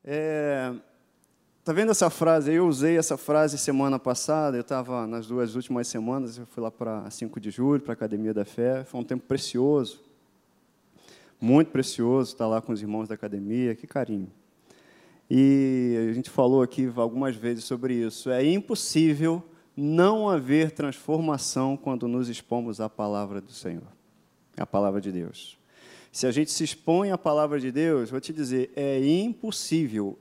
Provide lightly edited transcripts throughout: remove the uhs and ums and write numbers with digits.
Tá vendo essa frase? Eu usei essa frase semana passada, eu estava nas 2 últimas semanas, eu fui lá para 5 de julho, para a Academia da Fé, foi um tempo precioso, muito precioso, estar lá com os irmãos da academia, que carinho. E a gente falou aqui algumas vezes sobre isso. É impossível não haver transformação quando nos expomos à palavra do Senhor, à palavra de Deus. Se a gente se expõe à palavra de Deus, vou te dizer, é impossível,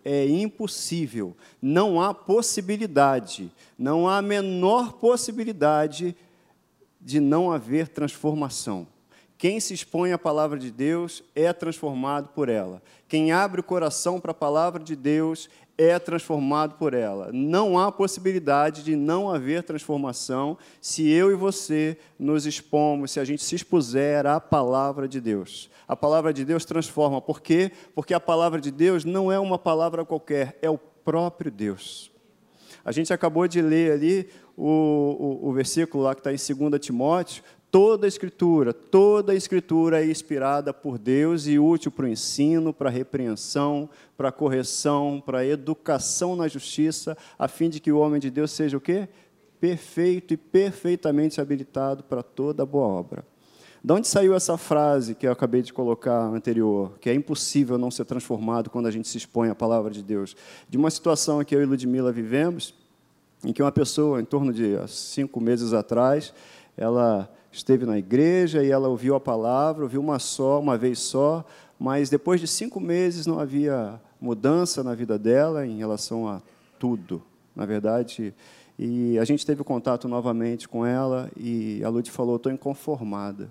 não há possibilidade, não há a menor possibilidade de não haver transformação. Quem se expõe à palavra de Deus é transformado por ela. Quem abre o coração para a palavra de Deus é transformado por ela. Não há possibilidade de não haver transformação se eu e você nos expomos, se a gente se expuser à palavra de Deus. A palavra de Deus transforma. Por quê? Porque a palavra de Deus não é uma palavra qualquer, é o próprio Deus. A gente acabou de ler ali o versículo lá que está em 2 Timóteo. Toda a Escritura é inspirada por Deus e útil para o ensino, para a repreensão, para a correção, para a educação na justiça, a fim de que o homem de Deus seja o quê? Perfeito e perfeitamente habilitado para toda boa obra. De onde saiu essa frase que eu acabei de colocar anterior, que é impossível não ser transformado quando a gente se expõe à palavra de Deus? De uma situação que eu e Ludmila vivemos, em que uma pessoa, em torno de 5 meses atrás, ela esteve na igreja e ela ouviu a palavra, ouviu uma vez só, mas depois de 5 meses não havia mudança na vida dela em relação a tudo, na verdade. E a gente teve contato novamente com ela e a Lud falou, estou inconformada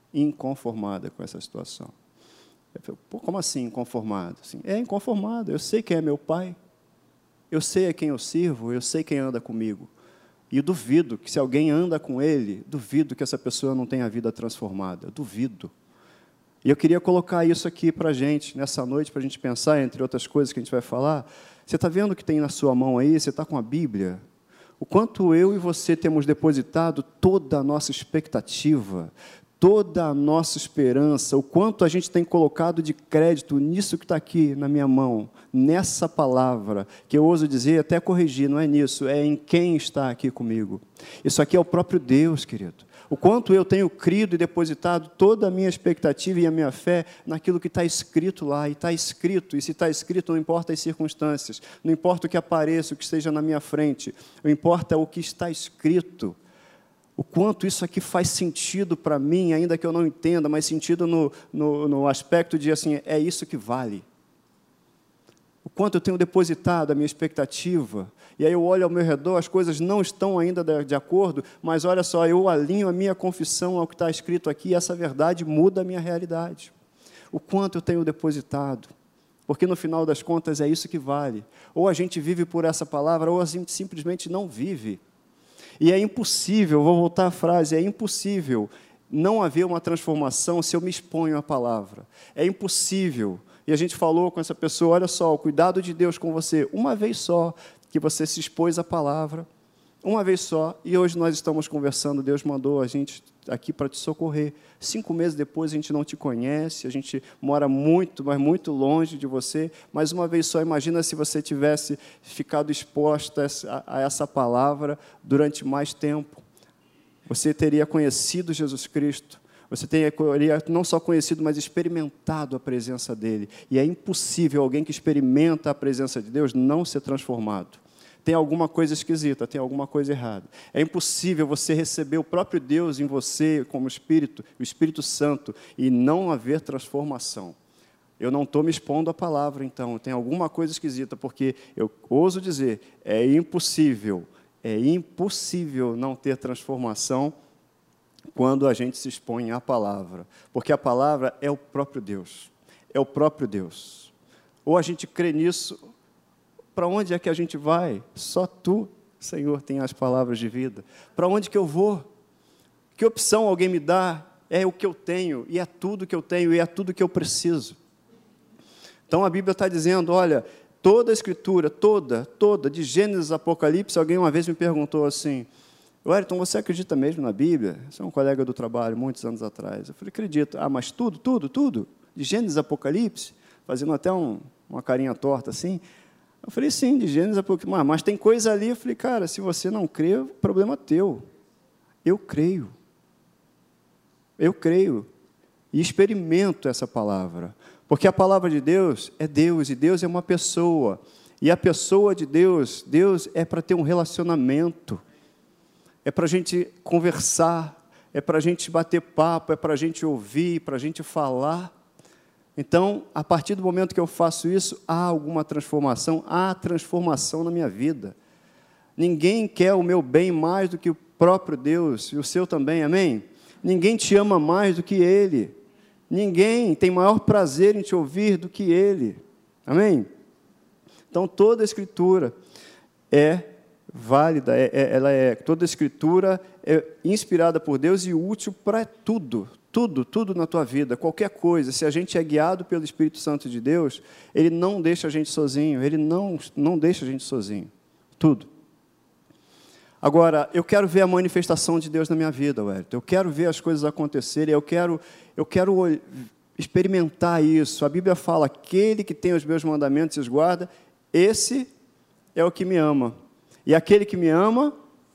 com essa situação. Eu falei, pô, como assim inconformada? Assim, inconformada, eu sei quem é meu pai, eu sei a quem eu sirvo, eu sei quem anda comigo. E duvido que se alguém anda com ele, duvido que essa pessoa não tenha a vida transformada, duvido. E eu queria colocar isso aqui para a gente, nessa noite, para a gente pensar, entre outras coisas que a gente vai falar. Você está vendo o que tem na sua mão aí? Você está com a Bíblia? O quanto eu e você temos depositado toda a nossa expectativa, toda a nossa esperança, o quanto a gente tem colocado de crédito nisso que está aqui na minha mão, nessa palavra, que eu ouso dizer, até corrigir, não é nisso, é em quem está aqui comigo. Isso aqui é o próprio Deus, querido. O quanto eu tenho crido e depositado toda a minha expectativa e a minha fé naquilo que está escrito lá, e está escrito, e se está escrito não importa as circunstâncias, não importa o que apareça, o que esteja na minha frente, não importa o que está escrito. O quanto isso aqui faz sentido para mim, ainda que eu não entenda, mas sentido no aspecto de, assim, é isso que vale. O quanto eu tenho depositado a minha expectativa, e aí eu olho ao meu redor, as coisas não estão ainda de acordo, mas olha só, eu alinho a minha confissão ao que está escrito aqui, e essa verdade muda a minha realidade. O quanto eu tenho depositado, porque no final das contas é isso que vale. Ou a gente vive por essa palavra, ou a gente simplesmente não vive. E é impossível, vou voltar à frase, é impossível não haver uma transformação se eu me exponho à palavra. É impossível. E a gente falou com essa pessoa, olha só, o cuidado de Deus com você, uma vez só, que você se expôs à palavra, uma vez só, e hoje nós estamos conversando, Deus mandou a gente aqui para te socorrer. 5 meses depois a gente não te conhece, a gente mora muito, mas muito longe de você, mas uma vez só, imagina se você tivesse ficado exposta a essa palavra durante mais tempo. Você teria conhecido Jesus Cristo, você teria não só conhecido, mas experimentado a presença dEle. E é impossível alguém que experimenta a presença de Deus não ser transformado. Tem alguma coisa esquisita, tem alguma coisa errada. É impossível você receber o próprio Deus em você como Espírito, o Espírito Santo, e não haver transformação. Eu não estou me expondo à palavra, então, tem alguma coisa esquisita, porque eu ouso dizer, é impossível não ter transformação quando a gente se expõe à palavra, porque a palavra é o próprio Deus, é o próprio Deus. Ou a gente crê nisso, para onde é que a gente vai? Só Tu, Senhor, tem as palavras de vida. Para onde que eu vou? Que opção alguém me dá? É o que eu tenho, e é tudo que eu tenho, e é tudo que eu preciso. Então a Bíblia está dizendo, olha, toda a Escritura, toda, de Gênesis a Apocalipse, alguém uma vez me perguntou assim, Wellington, você acredita mesmo na Bíblia? Você é um colega do trabalho, muitos anos atrás. Eu falei, acredito. Ah, mas tudo? De Gênesis a Apocalipse? Fazendo até uma carinha torta assim. Eu falei, sim, de Gênesis, mas tem coisa ali. Eu falei, cara, se você não crê, o problema é teu. Eu creio. Eu creio. E experimento essa palavra. Porque a palavra de Deus, e Deus é uma pessoa. E a pessoa de Deus é para ter um relacionamento. É para a gente conversar, é para a gente bater papo, é para a gente ouvir, para a gente falar. Então, a partir do momento que eu faço isso, há alguma transformação, há transformação na minha vida. Ninguém quer o meu bem mais do que o próprio Deus, e o seu também, amém? Ninguém te ama mais do que Ele. Ninguém tem maior prazer em te ouvir do que Ele, amém? Então, toda a Escritura é válida, toda a Escritura é inspirada por Deus e útil para tudo na tua vida, qualquer coisa. Se a gente é guiado pelo Espírito Santo de Deus, Ele não deixa a gente sozinho, Ele não deixa a gente sozinho, tudo. Agora, eu quero ver a manifestação de Deus na minha vida, Wellington. Eu quero ver as coisas acontecerem, eu quero experimentar isso. A Bíblia fala, aquele que tem os meus mandamentos e os guarda, esse é o que me ama. E aquele que me ama,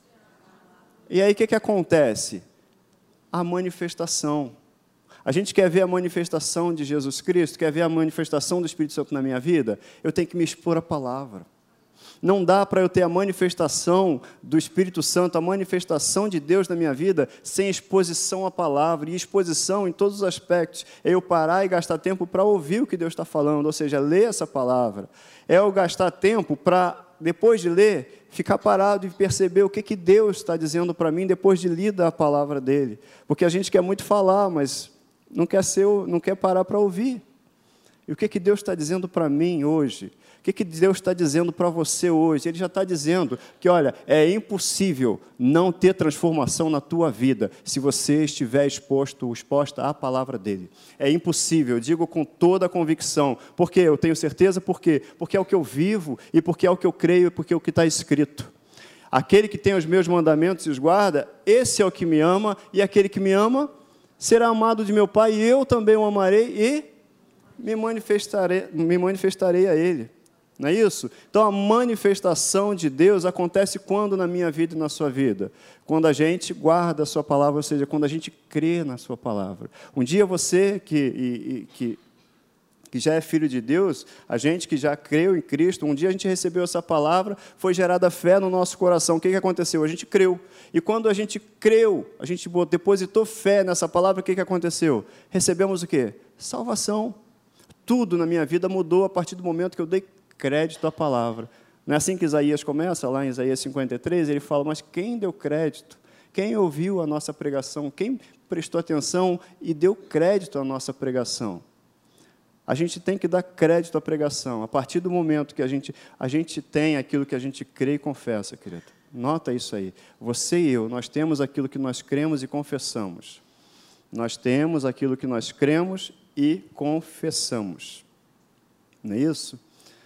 e aí o que acontece? A manifestação. A gente quer ver a manifestação de Jesus Cristo, quer ver a manifestação do Espírito Santo na minha vida, eu tenho que me expor à palavra. Não dá para eu ter a manifestação do Espírito Santo, a manifestação de Deus na minha vida, sem exposição à palavra, e exposição em todos os aspectos. É eu parar e gastar tempo para ouvir o que Deus está falando, ou seja, ler essa palavra. É eu gastar tempo para, depois de ler, ficar parado e perceber o que Deus está dizendo para mim depois de lida a palavra dele. Porque a gente quer muito falar, mas não quer parar para ouvir. E o que Deus está dizendo para mim hoje? O que Deus está dizendo para você hoje? Ele já está dizendo que, olha, é impossível não ter transformação na tua vida se você estiver exposta à palavra dele. É impossível, eu digo com toda a convicção. Por quê? Eu tenho certeza, por quê? Porque é o que eu vivo, e porque é o que eu creio, e porque é o que está escrito. Aquele que tem os meus mandamentos e os guarda, esse é o que me ama, e aquele que me ama será amado de meu Pai, e eu também o amarei, e me manifestarei a ele. Não é isso? Então, a manifestação de Deus acontece quando na minha vida e na sua vida? Quando a gente guarda a sua palavra, ou seja, quando a gente crê na sua palavra. Um dia você que já é filho de Deus, a gente que já creu em Cristo, um dia a gente recebeu essa palavra, foi gerada fé no nosso coração. O que aconteceu? A gente creu. E quando a gente creu, a gente depositou fé nessa palavra, o que aconteceu? Recebemos o quê? Salvação. Tudo na minha vida mudou a partir do momento que eu dei crédito à palavra. Não é assim que Isaías começa? Lá em Isaías 53, ele fala, mas quem deu crédito? Quem ouviu a nossa pregação? Quem prestou atenção e deu crédito à nossa pregação? A gente tem que dar crédito à pregação. A partir do momento que a gente tem aquilo que a gente crê e confessa, querido. Nota isso aí. Você e eu, nós temos aquilo que nós cremos e confessamos. Nós temos aquilo que nós cremos e confessamos. Não é isso?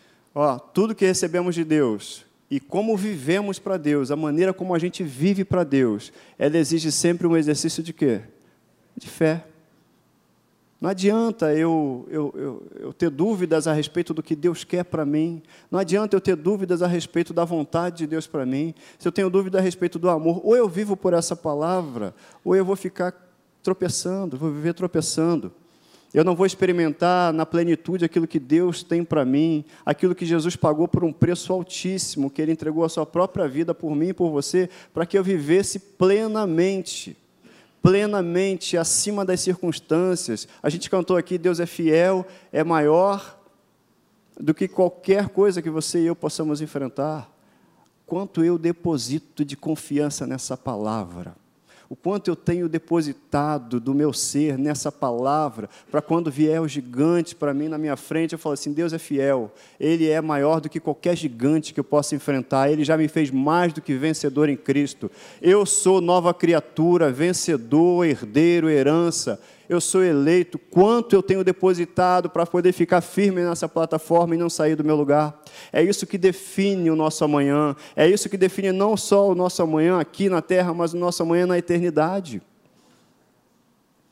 Tudo que recebemos de Deus e como vivemos para Deus, a maneira como a gente vive para Deus, ela exige sempre um exercício de quê? De fé. Não adianta eu ter dúvidas a respeito do que Deus quer para mim. Não adianta eu ter dúvidas a respeito da vontade de Deus para mim. Se eu tenho dúvida a respeito do amor, ou eu vivo por essa palavra, ou eu vou ficar tropeçando, vou viver tropeçando. Eu não vou experimentar na plenitude aquilo que Deus tem para mim, aquilo que Jesus pagou por um preço altíssimo, que Ele entregou a sua própria vida por mim e por você, para que eu vivesse plenamente, acima das circunstâncias. A gente cantou aqui, Deus é fiel, é maior do que qualquer coisa que você e eu possamos enfrentar. Quanto eu deposito de confiança nessa palavra. O quanto eu tenho depositado do meu ser nessa palavra, para quando vier o gigante para mim na minha frente, eu falo assim, Deus é fiel, Ele é maior do que qualquer gigante que eu possa enfrentar, Ele já me fez mais do que vencedor em Cristo. Eu sou nova criatura, vencedor, herdeiro, herança, eu sou eleito. Quanto eu tenho depositado para poder ficar firme nessa plataforma e não sair do meu lugar? É isso que define o nosso amanhã, é isso que define não só o nosso amanhã aqui na terra, mas o nosso amanhã na eternidade.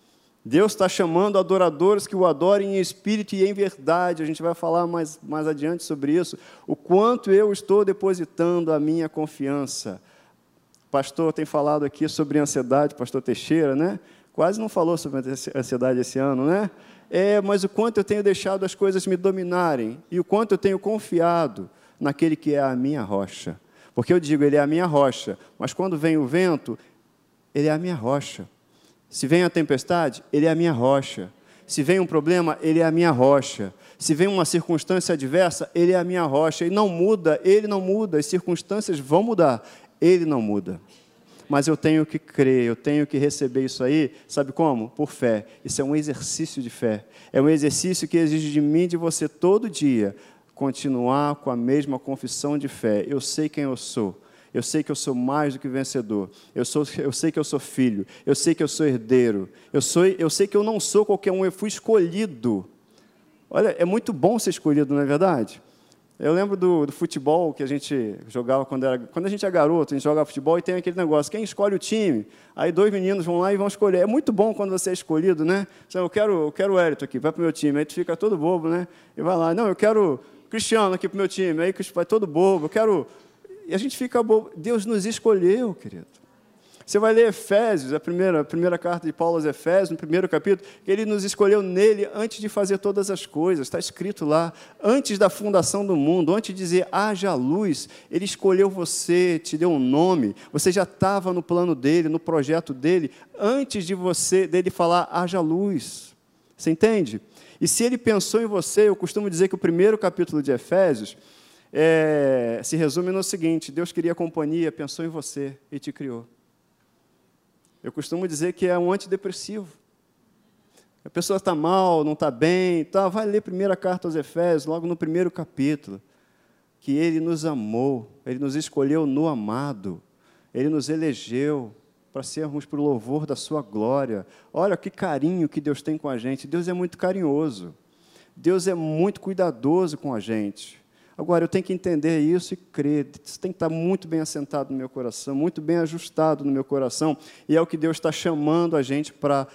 Deus está chamando adoradores que o adorem em espírito e em verdade. A gente vai falar mais adiante sobre isso. O quanto eu estou depositando a minha confiança. O pastor tem falado aqui sobre ansiedade, pastor Teixeira, né? Quase não falou sobre ansiedade esse ano, né? Mas o quanto eu tenho deixado as coisas me dominarem e o quanto eu tenho confiado naquele que é a minha rocha. Porque eu digo, ele é a minha rocha, mas quando vem o vento, ele é a minha rocha. Se vem a tempestade, ele é a minha rocha. Se vem um problema, ele é a minha rocha. Se vem uma circunstância adversa, ele é a minha rocha. E não muda, ele não muda. As circunstâncias vão mudar, ele não muda. Mas eu tenho que crer, eu tenho que receber isso aí, sabe como? Por fé. Isso é um exercício de fé. É um exercício que exige de mim e de você todo dia continuar com a mesma confissão de fé. Eu sei quem eu sou. Eu sei que eu sou mais do que vencedor. Eu sei que eu sou filho. Eu sei que eu sou herdeiro. Eu sei que eu não sou qualquer um. Eu fui escolhido. Olha, é muito bom ser escolhido, não é verdade? Eu lembro do futebol que a gente jogava quando a gente é garoto, a gente jogava futebol e tem aquele negócio, quem escolhe o time? Aí 2 meninos vão lá e vão escolher. É muito bom quando você é escolhido, né? Eu quero o Hélito aqui, vai para o meu time. Aí tu fica todo bobo, né? E vai lá, não, eu quero o Cristiano aqui para o meu time. Aí vai todo bobo, eu quero... E a gente fica bobo. Deus nos escolheu, querido. Você vai ler Efésios, a primeira carta de Paulo aos Efésios, no 1º capítulo, que ele nos escolheu nele antes de fazer todas as coisas. Está escrito lá, antes da fundação do mundo, antes de dizer, haja luz, ele escolheu você, te deu um nome, você já estava no plano dele, no projeto dele, antes dele falar, haja luz. Você entende? E se ele pensou em você, eu costumo dizer que o 1º capítulo de Efésios se resume no seguinte, Deus queria companhia, pensou em você e te criou. Eu costumo dizer que é um antidepressivo. A pessoa está mal, não está bem, vai ler a primeira carta aos Efésios, logo no 1º capítulo, que Ele nos amou, Ele nos escolheu no amado, Ele nos elegeu para sermos para o louvor da sua glória. Olha que carinho que Deus tem com a gente. Deus é muito carinhoso. Deus é muito cuidadoso com a gente. Agora, eu tenho que entender isso e crer. Isso tem que estar muito bem assentado no meu coração, muito bem ajustado no meu coração. E é o que Deus está chamando a gente para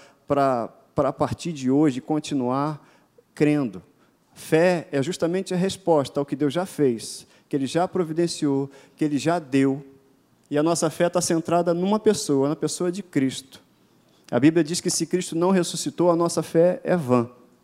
a partir de hoje, continuar crendo. Fé é justamente a resposta ao que Deus já fez, que Ele já providenciou, que Ele já deu. E a nossa fé está centrada numa pessoa, na pessoa de Cristo. A Bíblia diz que se Cristo não ressuscitou, a nossa fé é vã.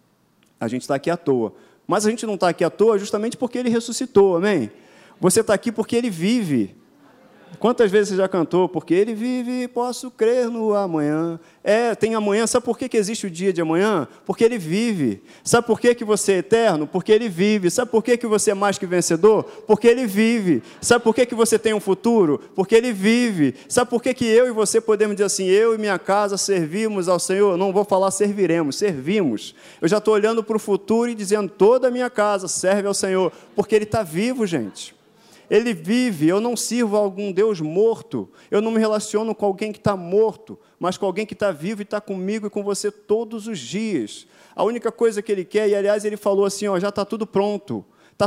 A gente está aqui à toa. Mas a gente não está aqui à toa justamente porque Ele ressuscitou, amém? Você está aqui porque Ele vive. Quantas vezes você já cantou? Porque Ele vive, posso crer no amanhã. Tem amanhã. Sabe por que existe o dia de amanhã? Porque Ele vive. Sabe por que você é eterno? Porque Ele vive. Sabe por que você é mais que vencedor? Porque Ele vive. Sabe por que você tem um futuro? Porque Ele vive. Sabe por que eu e você podemos dizer assim, eu e minha casa servimos ao Senhor? Não vou falar serviremos, servimos. Eu já estou olhando para o futuro e dizendo, toda a minha casa serve ao Senhor, porque Ele está vivo, gente. Ele vive, eu não sirvo a algum Deus morto, eu não me relaciono com alguém que está morto, mas com alguém que está vivo e está comigo e com você todos os dias. A única coisa que Ele quer, e aliás Ele falou assim, já está tudo pronto,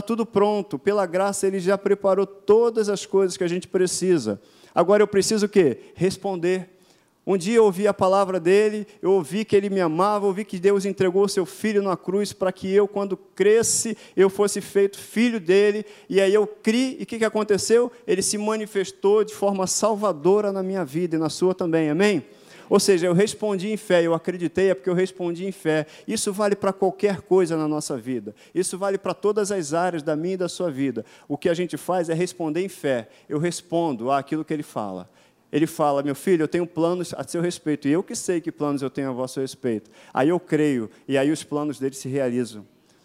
pela graça Ele já preparou todas as coisas que a gente precisa. Agora eu preciso o quê? Responder. Um dia eu ouvi a palavra dEle, eu ouvi que Ele me amava, eu ouvi que Deus entregou o seu Filho na cruz para que eu, quando cresce, eu fosse feito filho dEle, e aí eu criei, e o que aconteceu? Ele se manifestou de forma salvadora na minha vida e na sua também, amém? Ou seja, eu respondi em fé, eu acreditei, é porque eu respondi em fé. Isso vale para qualquer coisa na nossa vida. Isso vale para todas as áreas da minha e da sua vida. O que a gente faz é responder em fé. Eu respondo àquilo que Ele fala. Ele fala, meu filho, eu tenho planos a seu respeito, e eu que sei que planos eu tenho a vosso respeito. Aí eu creio, e aí os planos dele se realizam.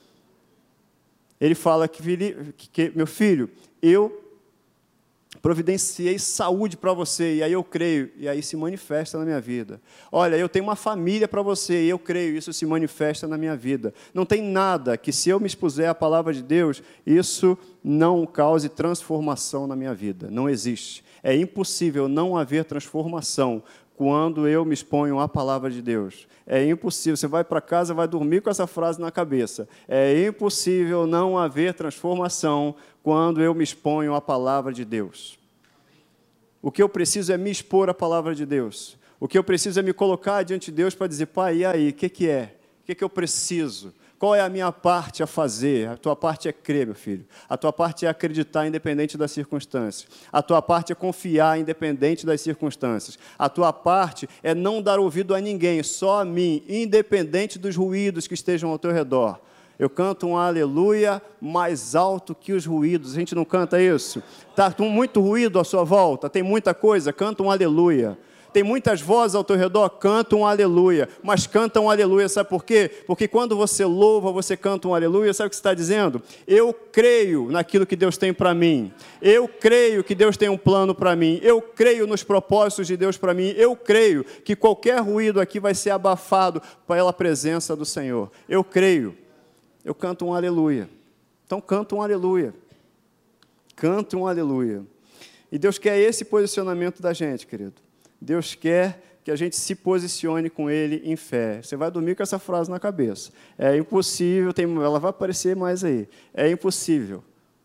Ele fala que meu filho, eu providenciei saúde para você, e aí eu creio, e aí se manifesta na minha vida. Olha, eu tenho uma família para você, e eu creio, isso se manifesta na minha vida. Não tem nada que, se eu me expuser à palavra de Deus, isso não cause transformação na minha vida. Não existe. É impossível não haver transformação quando eu me exponho à palavra de Deus. É impossível. Você vai para casa, vai dormir com essa frase na cabeça. É impossível não haver transformação quando eu me exponho à palavra de Deus. O que eu preciso é me expor à palavra de Deus. O que eu preciso é me colocar diante de Deus para dizer, Pai, e aí, o que é? O que eu preciso? Qual é a minha parte a fazer? A tua parte é crer, meu filho. A tua parte é acreditar, independente das circunstâncias. A tua parte é confiar, independente das circunstâncias. A tua parte é não dar ouvido a ninguém, só a mim, independente dos ruídos que estejam ao teu redor. Eu canto um aleluia mais alto que os ruídos. A gente não canta isso? Está muito ruído à sua volta, tem muita coisa, canta um aleluia. Tem muitas vozes ao teu redor, canta um aleluia. Mas canta um aleluia, sabe por quê? Porque quando você louva, você canta um aleluia, sabe o que você está dizendo? Eu creio naquilo que Deus tem para mim. Eu creio que Deus tem um plano para mim. Eu creio nos propósitos de Deus para mim. Eu creio que qualquer ruído aqui vai ser abafado pela presença do Senhor. Eu creio. Eu canto um aleluia. Então canta um aleluia. Canta um aleluia. E Deus quer esse posicionamento da gente, querido. Deus quer que a gente se posicione com Ele em fé. Você vai dormir com essa frase na cabeça. É impossível, ela vai aparecer mais aí. É impossível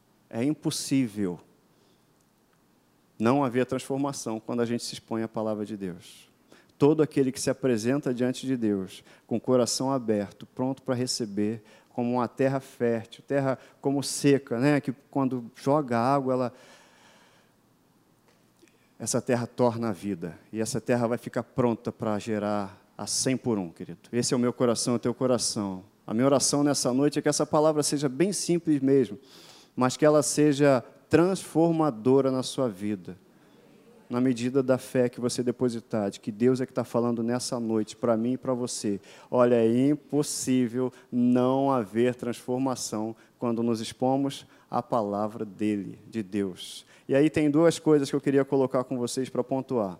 não haver transformação quando a gente se expõe à palavra de Deus. Todo aquele que se apresenta diante de Deus com o coração aberto, pronto para receber, como uma terra fértil, terra como seca, né? Que quando joga água, essa terra torna a vida, e essa terra vai ficar pronta para gerar a 100 por 1, querido. Esse é o meu coração, é o teu coração. A minha oração nessa noite é que essa palavra seja bem simples mesmo, mas que ela seja transformadora na sua vida, na medida da fé que você depositar, de que Deus é que está falando nessa noite, para mim e para você. Olha, é impossível não haver transformação quando nos expomos à palavra dele, de Deus. E aí tem duas coisas que eu queria colocar com vocês para pontuar.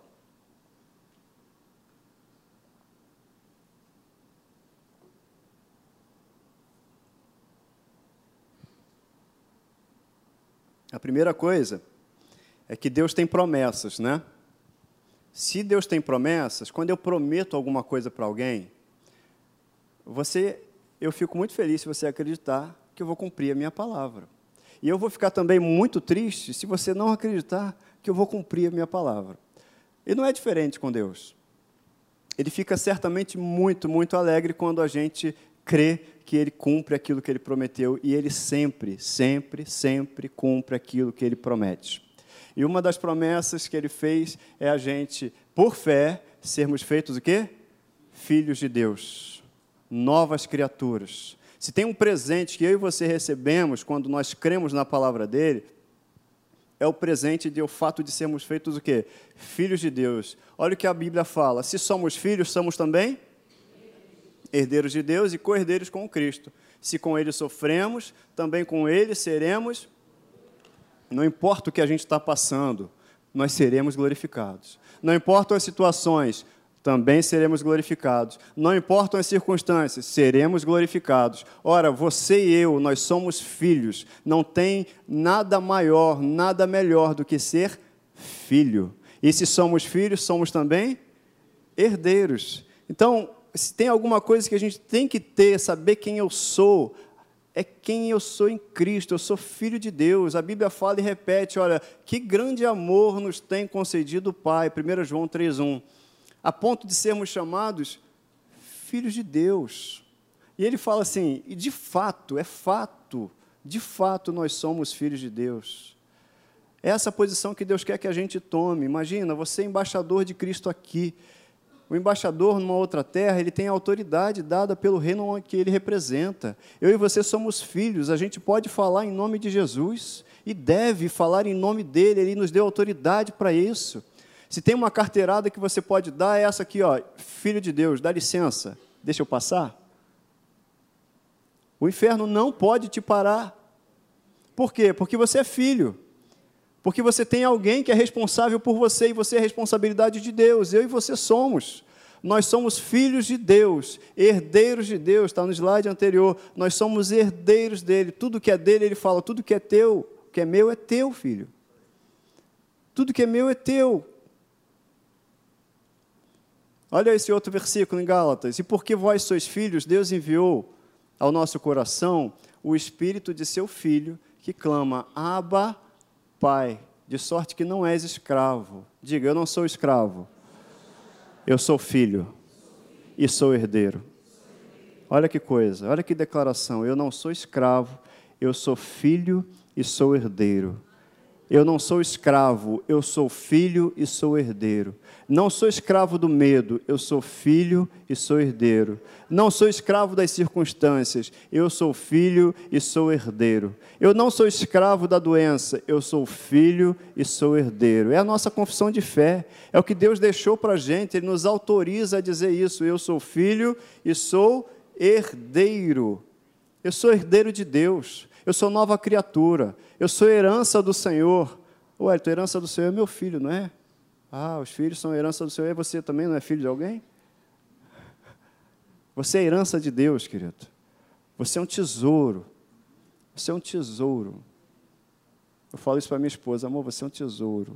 A primeira coisa é que Deus tem promessas, né? Se Deus tem promessas, quando eu prometo alguma coisa para alguém, eu fico muito feliz se você acreditar que eu vou cumprir a minha palavra. E eu vou ficar também muito triste se você não acreditar que eu vou cumprir a minha palavra. E não é diferente com Deus. Ele fica certamente muito, muito alegre quando a gente crê que Ele cumpre aquilo que Ele prometeu, e Ele sempre, sempre, sempre cumpre aquilo que Ele promete. E uma das promessas que Ele fez é a gente, por fé, sermos feitos o quê? Filhos de Deus, novas criaturas. Se tem um presente que eu e você recebemos quando nós cremos na palavra dele, é o presente do fato de sermos feitos o quê? Filhos de Deus. Olha o que a Bíblia fala. Se somos filhos, somos também herdeiros de Deus e co-herdeiros com Cristo. Se com Ele sofremos, também com Ele seremos. Não importa o que a gente está passando, nós seremos glorificados. Não importam as situações, também seremos glorificados. Não importam as circunstâncias, seremos glorificados. Ora, você e eu, nós somos filhos. Não tem nada maior, nada melhor do que ser filho. E se somos filhos, somos também herdeiros. Então, se tem alguma coisa que a gente tem que ter, saber quem eu sou, é quem eu sou em Cristo. Eu sou filho de Deus. A Bíblia fala e repete, olha, que grande amor nos tem concedido o Pai. 1 João 3,1. A ponto de sermos chamados filhos de Deus. E ele fala assim, e de fato, é fato, de fato nós somos filhos de Deus. É essa posição que Deus quer que a gente tome. Imagina, você é embaixador de Cristo aqui. O embaixador numa outra terra, ele tem a autoridade dada pelo reino que ele representa. Eu e você somos filhos, a gente pode falar em nome de Jesus e deve falar em nome dele, ele nos deu autoridade para isso. Se tem uma carteirada que você pode dar, é essa aqui, ó, filho de Deus, dá licença, deixa eu passar. O inferno não pode te parar. Por quê? Porque você é filho. Porque você tem alguém que é responsável por você, e você é a responsabilidade de Deus. Eu e você somos. Nós somos filhos de Deus, herdeiros de Deus, está no slide anterior. Nós somos herdeiros dele. Tudo que é dele, ele fala, tudo que é teu, o que é meu é teu, filho. Tudo que é meu é teu. Olha esse outro versículo em Gálatas. E porque vós sois filhos, Deus enviou ao nosso coração o Espírito de seu Filho, que clama, Abba, Pai, de sorte que não és escravo. Diga, eu não sou escravo. Eu sou filho e sou herdeiro. Olha que coisa, olha que declaração. Eu não sou escravo, eu sou filho e sou herdeiro. Eu não sou escravo, eu sou filho e sou herdeiro. Não sou escravo do medo, eu sou filho e sou herdeiro. Não sou escravo das circunstâncias, eu sou filho e sou herdeiro. Eu não sou escravo da doença, eu sou filho e sou herdeiro. É a nossa confissão de fé, é o que Deus deixou para a gente, Ele nos autoriza a dizer isso. Eu sou filho e sou herdeiro. Eu sou herdeiro de Deus. Eu sou nova criatura, eu sou herança do Senhor. Ué, a herança do Senhor é meu filho, não é? Ah, os filhos são herança do Senhor, e você também não é filho de alguém? Você é herança de Deus, querido. Você é um tesouro. Você é um tesouro. Eu falo isso para minha esposa, amor, você é um tesouro.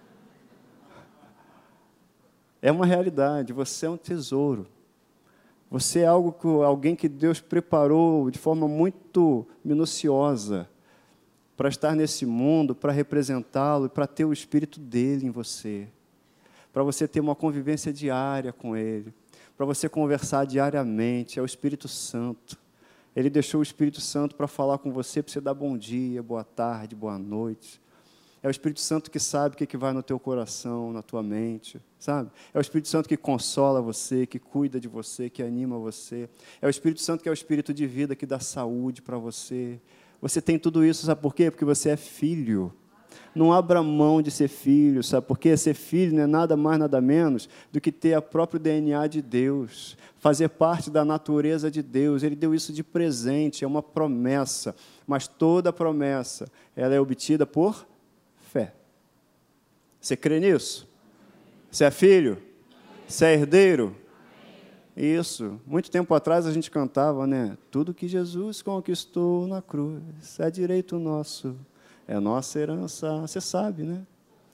É uma realidade, você é um tesouro. Você é alguém que Deus preparou de forma muito minuciosa para estar nesse mundo, para representá-lo e para ter o Espírito dele em você, para você ter uma convivência diária com Ele, para você conversar diariamente. É o Espírito Santo. Ele deixou o Espírito Santo para falar com você, para você dar bom dia, boa tarde, boa noite. É o Espírito Santo que sabe o que vai no teu coração, na tua mente, sabe? É o Espírito Santo que consola você, que cuida de você, que anima você. É o Espírito Santo que é o Espírito de vida, que dá saúde para você. Você tem tudo isso, sabe por quê? Porque você é filho. Não abra mão de ser filho, sabe por quê? Ser filho não é nada mais, nada menos do que ter o próprio DNA de Deus, fazer parte da natureza de Deus. Ele deu isso de presente, é uma promessa, mas toda promessa, ela é obtida por fé. Você crê nisso? Você é filho? Você é herdeiro? Isso. Muito tempo atrás a gente cantava, né? Tudo que Jesus conquistou na cruz é direito nosso, é nossa herança. Você sabe, né?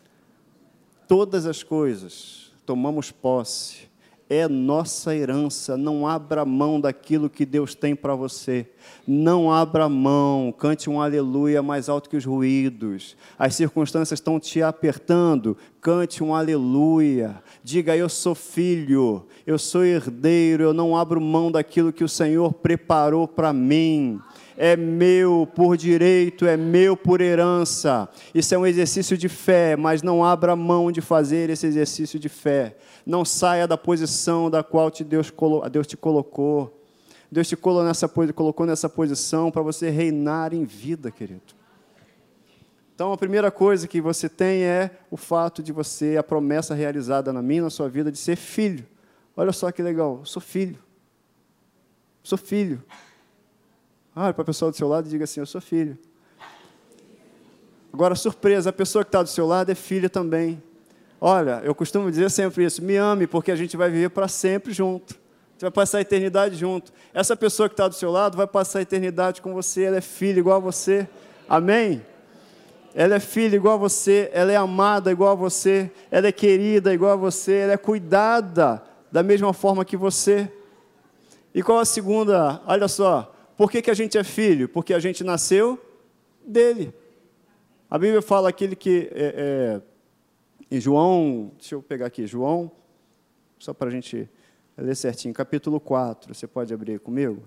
Todas as coisas tomamos posse. É nossa herança. Não abra mão daquilo que Deus tem para você. Não abra mão. Cante um aleluia mais alto que os ruídos. As circunstâncias estão te apertando. Cante um aleluia. Diga, eu sou filho, eu sou herdeiro, eu não abro mão daquilo que o Senhor preparou para mim. É meu por direito, é meu por herança. Isso é um exercício de fé, mas não abra mão de fazer esse exercício de fé. Não saia da posição da qual Deus te colocou. Deus te colocou nessa posição para você reinar em vida, querido. Então, a primeira coisa que você tem é o fato de você, a promessa realizada na minha, na sua vida, de ser filho. Olha só que legal, eu sou filho. Sou filho. Olha para a pessoa do seu lado e diga assim, eu sou filho. Agora, surpresa, a pessoa que está do seu lado é filha também. Olha, eu costumo dizer sempre isso, me ame, porque a gente vai viver para sempre junto. A gente vai passar a eternidade junto. Essa pessoa que está do seu lado vai passar a eternidade com você, ela é filha igual a você. Amém? Ela é filha igual a você, ela é amada igual a você, ela é querida igual a você, ela é cuidada da mesma forma que você. E qual a segunda? Olha só, por que a gente é filho? Porque a gente nasceu dele. A Bíblia fala aquele que, em João, deixa eu pegar aqui, João, só para a gente ler certinho, capítulo 4, você pode abrir comigo?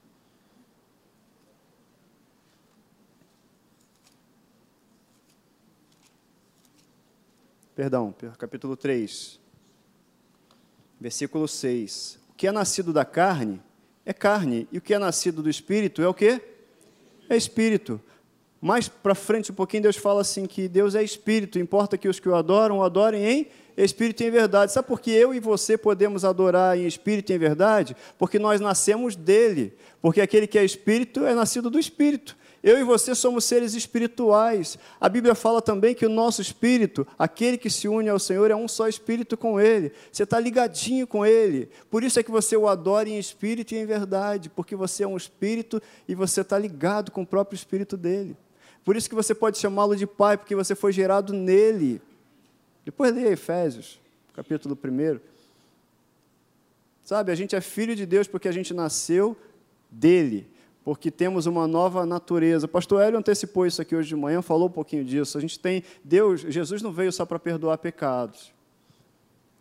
Perdão, capítulo 3, versículo 6. O que é nascido da carne é carne, e o que é nascido do Espírito é o quê? É Espírito. Mais para frente um pouquinho, Deus fala assim, que Deus é Espírito, importa que os que o adoram, o adorem em Espírito e em verdade. Sabe por que eu e você podemos adorar em Espírito e em verdade? Porque nós nascemos dele, porque aquele que é Espírito é nascido do Espírito. Eu e você somos seres espirituais. A Bíblia fala também que o nosso espírito, aquele que se une ao Senhor, é um só espírito com Ele. Você está ligadinho com Ele. Por isso é que você o adora em espírito e em verdade, porque você é um espírito e você está ligado com o próprio espírito dele. Por isso que você pode chamá-lo de Pai, porque você foi gerado nele. Depois leia Efésios, capítulo 1. Sabe, a gente é filho de Deus porque a gente nasceu dele. Porque temos uma nova natureza. O pastor Hélio antecipou isso aqui hoje de manhã, falou um pouquinho disso. A gente tem Deus, Jesus não veio só para perdoar pecados.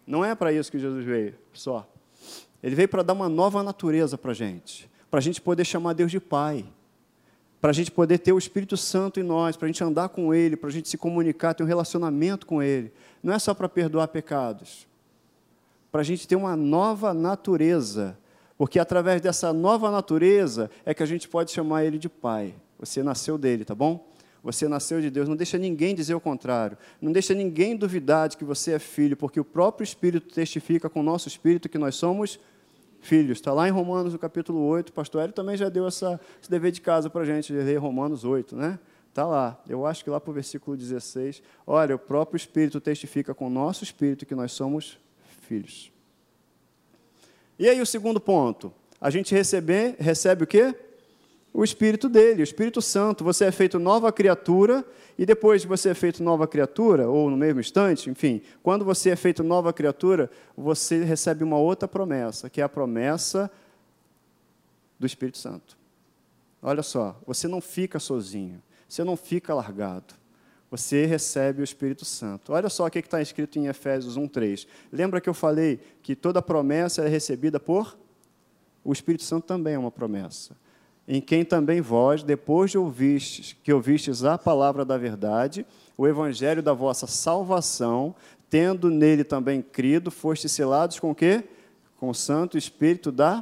Não é para isso que Jesus veio, só. Ele veio para dar uma nova natureza para a gente poder chamar Deus de Pai, para a gente poder ter o Espírito Santo em nós, para a gente andar com Ele, para a gente se comunicar, ter um relacionamento com Ele. Não é só para perdoar pecados, para a gente ter uma nova natureza, porque através dessa nova natureza é que a gente pode chamar Ele de Pai. Você nasceu dele, tá bom? Você nasceu de Deus. Não deixa ninguém dizer o contrário. Não deixa ninguém duvidar de que você é filho, porque o próprio Espírito testifica com o nosso Espírito que nós somos filhos. Está lá em Romanos, no capítulo 8. O pastor Hélio também já deu esse dever de casa para a gente, de ler Romanos 8, né? Está lá. Eu acho que lá para o versículo 16. Olha, o próprio Espírito testifica com o nosso Espírito que nós somos filhos. E aí o segundo ponto. A gente recebe o quê? O Espírito dele, o Espírito Santo. Você é feito nova criatura, e depois de você é feito nova criatura, ou no mesmo instante, enfim, quando você é feito nova criatura, você recebe uma outra promessa, que é a promessa do Espírito Santo. Olha só, você não fica sozinho, você não fica largado, você recebe o Espírito Santo. Olha só o que está escrito em Efésios 1:3. Lembra que eu falei que toda promessa é recebida por? O Espírito Santo também é uma promessa. Em quem também vós, depois de ouvistes a palavra da verdade, o evangelho da vossa salvação, tendo nele também crido, fostes selados com o quê? Com o Santo Espírito da...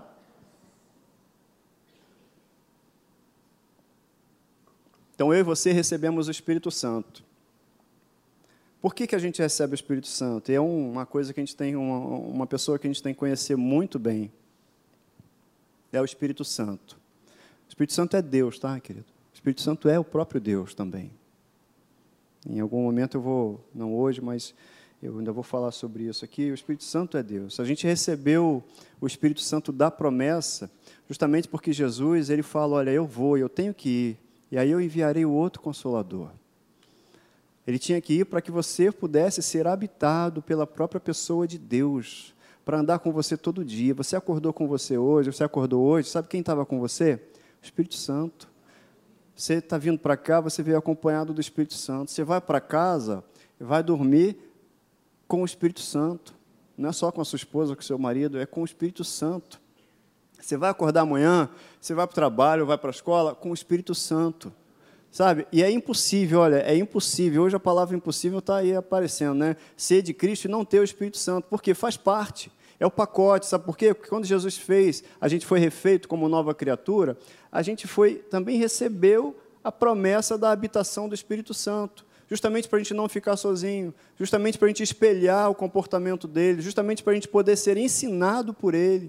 Então, eu e você recebemos o Espírito Santo. Por que a gente recebe o Espírito Santo? É uma coisa que a gente tem, uma pessoa que a gente tem que conhecer muito bem. É o Espírito Santo. O Espírito Santo é Deus, tá, querido? O Espírito Santo é o próprio Deus também. Em algum momento eu vou, não hoje, mas eu ainda vou falar sobre isso aqui. O Espírito Santo é Deus. A gente recebeu o Espírito Santo da promessa, justamente porque Jesus, ele fala, olha, eu vou, eu tenho que ir, e aí eu enviarei o outro Consolador. Ele tinha que ir para que você pudesse ser habitado pela própria pessoa de Deus, para andar com você todo dia. Você acordou com você hoje, sabe quem estava com você? O Espírito Santo. Você está vindo para cá, você veio acompanhado do Espírito Santo. Você vai para casa, vai dormir com o Espírito Santo. Não é só com a sua esposa ou com o seu marido, é com o Espírito Santo. Você vai acordar amanhã, você vai para o trabalho, vai para a escola, com o Espírito Santo. Sabe? E é impossível, olha, é impossível. Hoje a palavra impossível está aí aparecendo, né? Ser de Cristo e não ter o Espírito Santo. Porque faz parte. É o pacote, sabe por quê? Porque quando Jesus fez, a gente foi refeito como nova criatura, a gente também recebeu a promessa da habitação do Espírito Santo, justamente para a gente não ficar sozinho, justamente para a gente espelhar o comportamento dele, justamente para a gente poder ser ensinado por ele.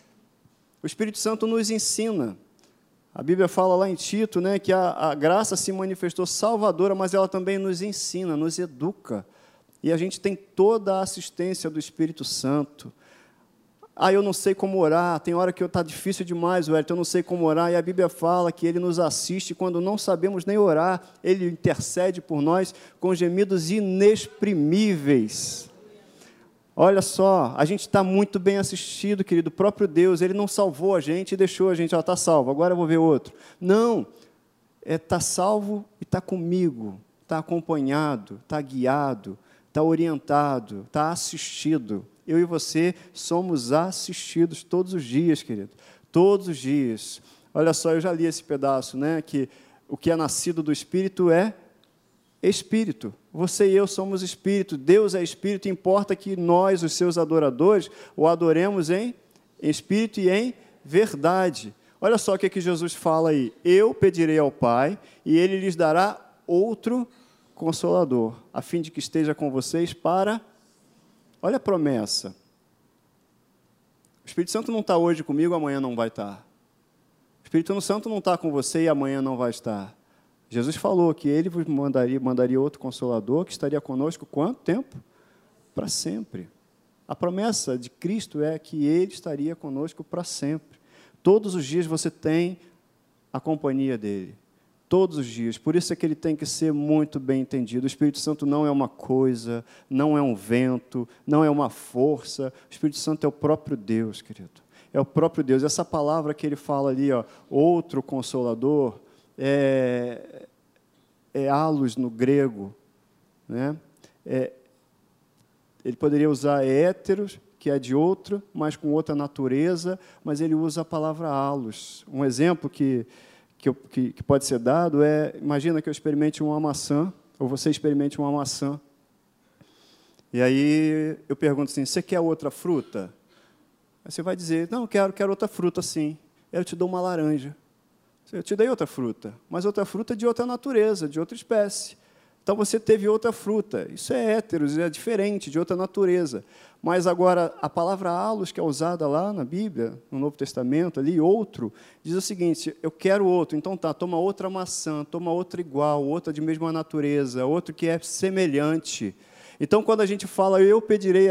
O Espírito Santo nos ensina. A Bíblia fala lá em Tito, né, que a graça se manifestou salvadora, mas ela também nos ensina, nos educa. E a gente tem toda a assistência do Espírito Santo. Eu não sei como orar, tem hora que está difícil demais, Wellington, eu não sei como orar, e a Bíblia fala que Ele nos assiste quando não sabemos nem orar, Ele intercede por nós com gemidos inexprimíveis. Olha só, a gente está muito bem assistido, querido, o próprio Deus, Ele não salvou a gente e deixou a gente, está salvo, agora eu vou ver outro. Não, está salvo e está comigo, está acompanhado, está guiado, está orientado, está assistido. Eu e você somos assistidos todos os dias, querido. Todos os dias. Olha só, eu já li esse pedaço, né? Que o que é nascido do Espírito é Espírito. Você e eu somos Espírito. Deus é Espírito. Importa que nós, os seus adoradores, o adoremos em Espírito e em verdade. Olha só o que Jesus fala aí. Eu pedirei ao Pai e Ele lhes dará outro Consolador, a fim de que esteja com vocês para... Olha a promessa. O Espírito Santo não está hoje comigo, amanhã não vai estar. O Espírito Santo não está com você e amanhã não vai estar. Jesus falou que Ele vos mandaria outro Consolador que estaria conosco quanto tempo? Para sempre. A promessa de Cristo é que Ele estaria conosco para sempre. Todos os dias você tem a companhia dEle. Todos os dias. Por isso é que ele tem que ser muito bem entendido. O Espírito Santo não é uma coisa, não é um vento, não é uma força. O Espírito Santo é o próprio Deus, querido. É o próprio Deus. Essa palavra que ele fala ali, outro Consolador, é halos no grego, né? Ele poderia usar héteros, que é de outro, mas com outra natureza, mas ele usa a palavra halos. Um exemplo que pode ser dado é, imagina que eu experimente uma maçã, ou você experimente uma maçã, e aí eu pergunto assim, você quer outra fruta? Aí você vai dizer, não, quero outra fruta, sim. Eu te dou uma laranja. Eu te dei outra fruta, mas outra fruta de outra natureza, de outra espécie. Então, você teve outra fruta. Isso é héteros, é diferente, de outra natureza. Mas, agora, a palavra halos, que é usada lá na Bíblia, no Novo Testamento, ali, outro, diz o seguinte, eu quero outro. Então, toma outra maçã, toma outra igual, outra de mesma natureza, outro que é semelhante. Então, quando a gente fala, eu pedirei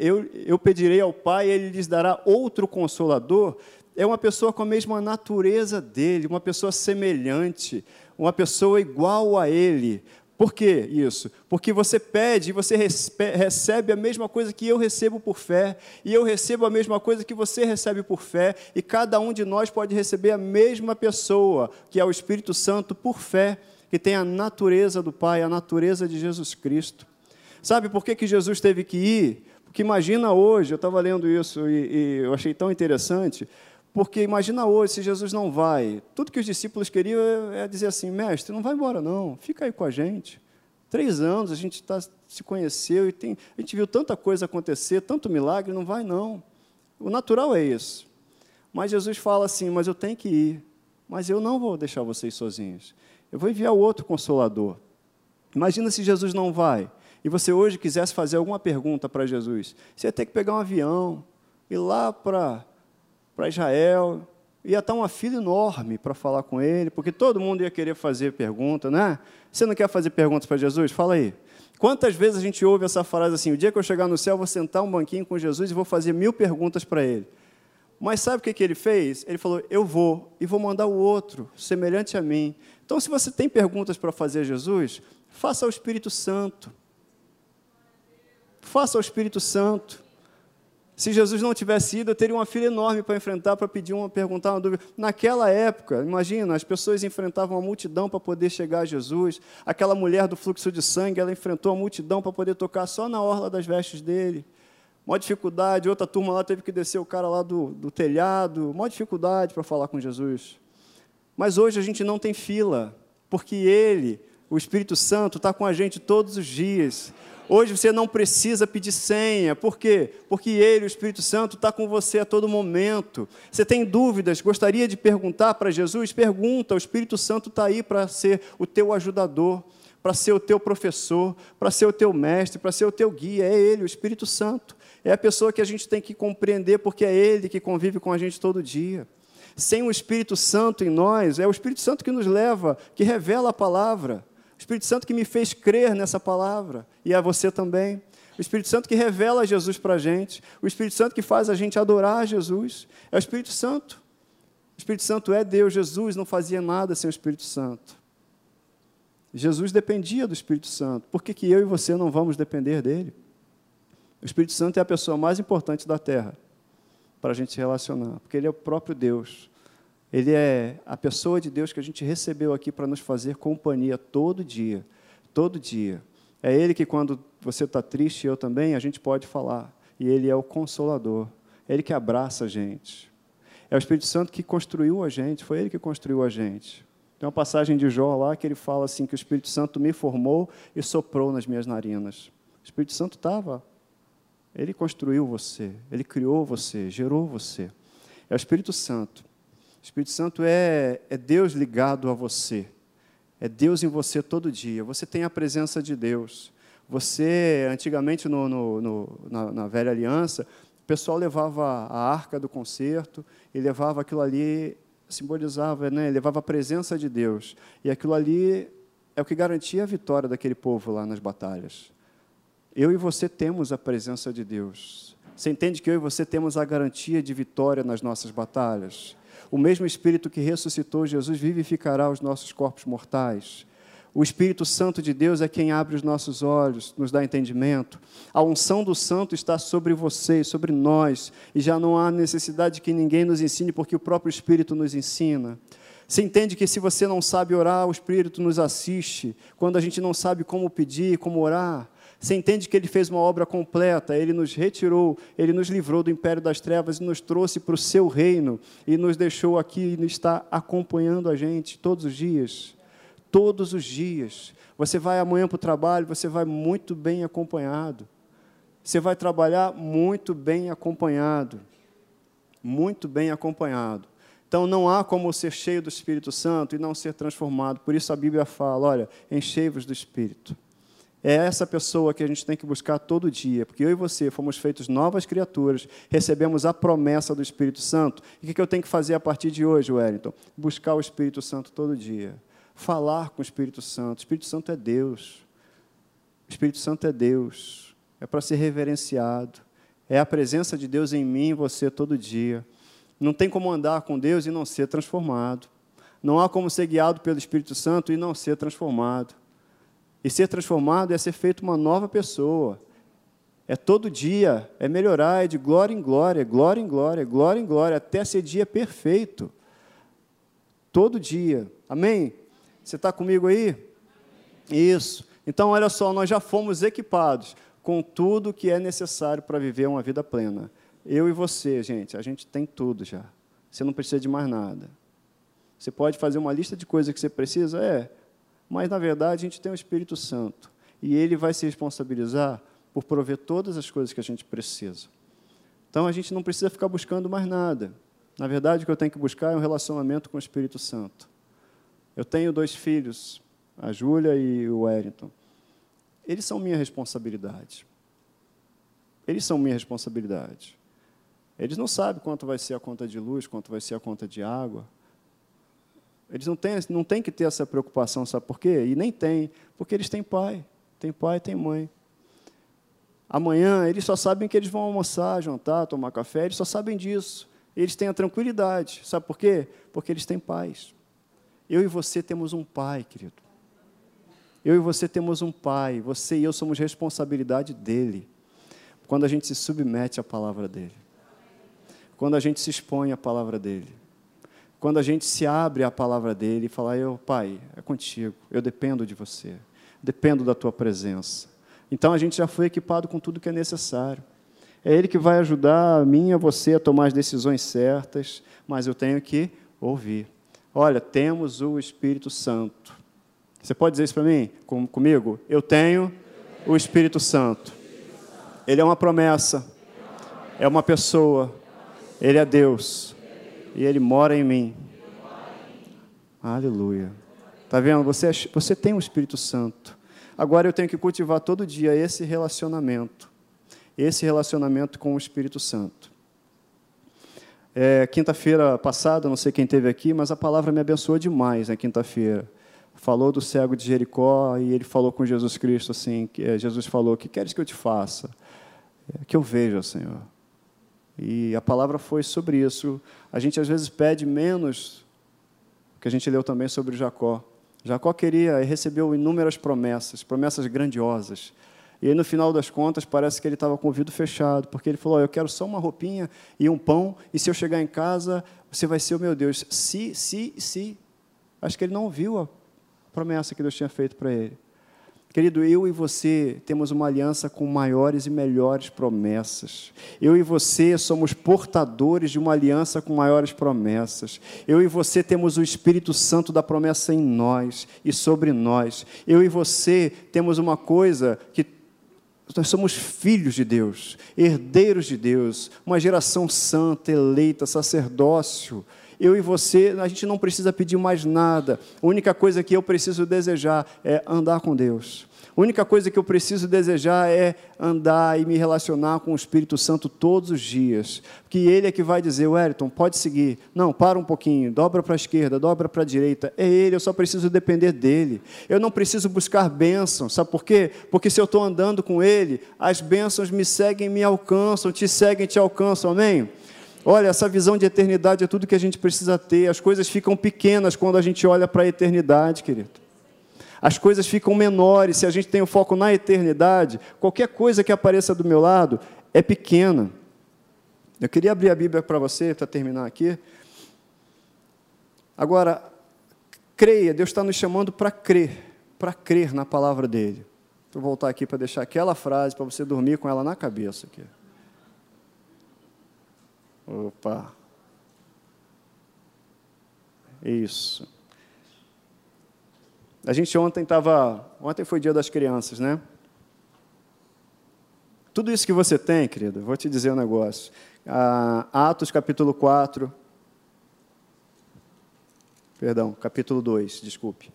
ao Pai, Ele lhes dará outro Consolador, é uma pessoa com a mesma natureza dele, uma pessoa semelhante, uma pessoa igual a Ele. Por que isso? Porque você pede e você recebe a mesma coisa que eu recebo por fé, e eu recebo a mesma coisa que você recebe por fé, e cada um de nós pode receber a mesma pessoa, que é o Espírito Santo, por fé, que tem a natureza do Pai, a natureza de Jesus Cristo. Sabe por que Jesus teve que ir? Porque imagina hoje, eu estava lendo isso e eu achei tão interessante, porque imagina hoje, se Jesus não vai, tudo que os discípulos queriam é dizer assim, mestre, não vai embora não, fica aí com a gente. 3 anos, a gente se conheceu, e a gente viu tanta coisa acontecer, tanto milagre, não vai não. O natural é isso. Mas Jesus fala assim, mas eu tenho que ir, mas eu não vou deixar vocês sozinhos. Eu vou enviar outro Consolador. Imagina se Jesus não vai, e você hoje quisesse fazer alguma pergunta para Jesus, você ia ter que pegar um avião, ir lá para Israel, ia estar uma fila enorme para falar com ele, porque todo mundo ia querer fazer pergunta, né? Você não quer fazer perguntas para Jesus? Fala aí. Quantas vezes a gente ouve essa frase assim, o dia que eu chegar no céu, eu vou sentar um banquinho com Jesus e vou fazer 1000 perguntas para ele. Mas sabe o que ele fez? Ele falou, eu vou, e vou mandar o outro, semelhante a mim. Então, se você tem perguntas para fazer a Jesus, faça ao Espírito Santo. Faça ao Espírito Santo. Se Jesus não tivesse ido, eu teria uma fila enorme para enfrentar, para perguntar uma dúvida. Naquela época, imagina, as pessoas enfrentavam uma multidão para poder chegar a Jesus. Aquela mulher do fluxo de sangue, ela enfrentou a multidão para poder tocar só na orla das vestes dele. Maior dificuldade, outra turma lá teve que descer o cara lá do telhado. Maior dificuldade para falar com Jesus. Mas hoje a gente não tem fila, porque Ele, o Espírito Santo, está com a gente todos os dias. Hoje você não precisa pedir senha. Por quê? Porque Ele, o Espírito Santo, está com você a todo momento. Você tem dúvidas, gostaria de perguntar para Jesus? Pergunta, o Espírito Santo está aí para ser o teu ajudador, para ser o teu professor, para ser o teu mestre, para ser o teu guia. É Ele, o Espírito Santo. É a pessoa que a gente tem que compreender, porque é Ele que convive com a gente todo dia. Sem o Espírito Santo em nós, é o Espírito Santo que nos leva, que revela a palavra. O Espírito Santo que me fez crer nessa palavra, e a você também. O Espírito Santo que revela Jesus para a gente. O Espírito Santo que faz a gente adorar Jesus. É o Espírito Santo. O Espírito Santo é Deus. Jesus não fazia nada sem o Espírito Santo. Jesus dependia do Espírito Santo. Por que eu e você não vamos depender dele? O Espírito Santo é a pessoa mais importante da terra para a gente se relacionar, porque ele é o próprio Deus. Ele é a pessoa de Deus que a gente recebeu aqui para nos fazer companhia todo dia. Todo dia. É Ele que, quando você está triste, eu também, a gente pode falar. E Ele é o Consolador. É Ele que abraça a gente. É o Espírito Santo que construiu a gente. Foi Ele que construiu a gente. Tem uma passagem de Jó lá que ele fala assim, que o Espírito Santo me formou e soprou nas minhas narinas. O Espírito Santo estava. Ele construiu você. Ele criou você, gerou você. É o Espírito Santo. O Espírito Santo é Deus ligado a você. É Deus em você todo dia. Você tem a presença de Deus. Você, antigamente, na velha aliança, o pessoal levava a arca do concerto e levava aquilo ali, simbolizava, né? Levava a presença de Deus. E aquilo ali é o que garantia a vitória daquele povo lá nas batalhas. Eu e você temos a presença de Deus. Você entende que eu e você temos a garantia de vitória nas nossas batalhas? O mesmo Espírito que ressuscitou Jesus vivificará os nossos corpos mortais. O Espírito Santo de Deus é quem abre os nossos olhos, nos dá entendimento. A unção do Santo está sobre você, sobre nós, e já não há necessidade de que ninguém nos ensine, porque o próprio Espírito nos ensina. Você entende que se você não sabe orar, o Espírito nos assiste. Quando a gente não sabe como pedir, como orar, Você entende que Ele fez uma obra completa, Ele nos retirou, Ele nos livrou do império das trevas e nos trouxe para o seu reino e nos deixou aqui e está acompanhando a gente todos os dias. Todos os dias. Você vai amanhã para o trabalho, você vai muito bem acompanhado. Você vai trabalhar muito bem acompanhado. Muito bem acompanhado. Então, não há como ser cheio do Espírito Santo e não ser transformado. Por isso a Bíblia fala, olha, enchei-vos do Espírito. É essa pessoa que a gente tem que buscar todo dia, porque eu e você fomos feitos novas criaturas, recebemos a promessa do Espírito Santo. E o que eu tenho que fazer a partir de hoje, Wellington? Buscar o Espírito Santo todo dia. Falar com o Espírito Santo. O Espírito Santo é Deus. O Espírito Santo é Deus. É para ser reverenciado. É a presença de Deus em mim e em você todo dia. Não tem como andar com Deus e não ser transformado. Não há como ser guiado pelo Espírito Santo e não ser transformado. E ser transformado é ser feito uma nova pessoa. É todo dia, é melhorar, é de glória em glória, glória em glória, glória em glória, até ser dia perfeito. Todo dia. Amém? Você está comigo aí? Isso. Então, olha só, nós já fomos equipados com tudo que é necessário para viver uma vida plena. Eu e você, gente, a gente tem tudo já. Você não precisa de mais nada. Você pode fazer uma lista de coisas que você precisa? Mas, na verdade, a gente tem o Espírito Santo. E Ele vai se responsabilizar por prover todas as coisas que a gente precisa. Então, a gente não precisa ficar buscando mais nada. Na verdade, o que eu tenho que buscar é um relacionamento com o Espírito Santo. Eu tenho 2 filhos, a Júlia e o Wellington. Eles são minha responsabilidade. Eles são minha responsabilidade. Eles não sabem quanto vai ser a conta de luz, quanto vai ser a conta de água. Eles não têm que ter essa preocupação, sabe por quê? E nem tem, porque eles têm pai. Tem pai e tem mãe. Amanhã, eles só sabem que eles vão almoçar, jantar, tomar café, eles só sabem disso. Eles têm a tranquilidade. Sabe por quê? Porque eles têm pais. Eu e você temos um pai, querido. Eu e você temos um pai. Você e eu somos responsabilidade dele. Quando a gente se submete à palavra dele. Quando a gente se expõe à palavra dele. Quando a gente se abre à palavra dele e fala, pai, é contigo, eu dependo de você, dependo da tua presença. Então, a gente já foi equipado com tudo que é necessário. É Ele que vai ajudar a mim e a você a tomar as decisões certas, mas eu tenho que ouvir. Olha, temos o Espírito Santo. Você pode dizer isso para mim, comigo? Eu tenho o Espírito Santo. Ele é uma promessa, é uma pessoa, Ele é Deus, e Ele mora em mim. Aleluia. Está vendo? Você tem o Espírito Santo. Agora eu tenho que cultivar todo dia esse relacionamento com o Espírito Santo. Quinta-feira passada, não sei quem esteve aqui, mas a palavra me abençoou demais na quinta-feira. Falou do cego de Jericó e ele falou com Jesus Cristo assim, Jesus falou, o que queres que eu te faça? Que eu veja, Senhor. E a palavra foi sobre isso. A gente às vezes pede menos, que a gente leu também sobre Jacó. Jacó queria e recebeu inúmeras promessas grandiosas. E aí, no final das contas, parece que ele estava com o ouvido fechado, porque ele falou, eu quero só uma roupinha e um pão, e se eu chegar em casa, você vai ser o meu Deus. Se. Acho que ele não ouviu a promessa que Deus tinha feito para ele. Querido, eu e você temos uma aliança com maiores e melhores promessas. Eu e você somos portadores de uma aliança com maiores promessas. Eu e você temos o Espírito Santo da promessa em nós e sobre nós. Eu e você temos uma coisa que nós somos filhos de Deus, herdeiros de Deus, uma geração santa, eleita, sacerdócio. Eu e você, a gente não precisa pedir mais nada. A única coisa que eu preciso desejar é andar com Deus. A única coisa que eu preciso desejar é andar e me relacionar com o Espírito Santo todos os dias. Porque Ele é que vai dizer, Wellington, pode seguir. Não, para um pouquinho, dobra para a esquerda, dobra para a direita. É Ele, eu só preciso depender dEle. Eu não preciso buscar bênçãos, sabe por quê? Porque se eu estou andando com Ele, as bênçãos me seguem, me alcançam, te seguem, te alcançam, amém? Olha, essa visão de eternidade é tudo que a gente precisa ter. As coisas ficam pequenas quando a gente olha para a eternidade, querido. As coisas ficam menores se a gente tem o foco na eternidade. Qualquer coisa que apareça do meu lado é pequena. Eu queria abrir a Bíblia para você, para terminar aqui. Agora, creia, Deus está nos chamando para crer na palavra dEle. Vou voltar aqui para deixar aquela frase para você dormir com ela na cabeça aqui. Opa. Isso. A gente ontem foi dia das crianças, né? Tudo isso que você tem, querido, vou te dizer um negócio. Atos capítulo 4, perdão, capítulo 2, desculpe.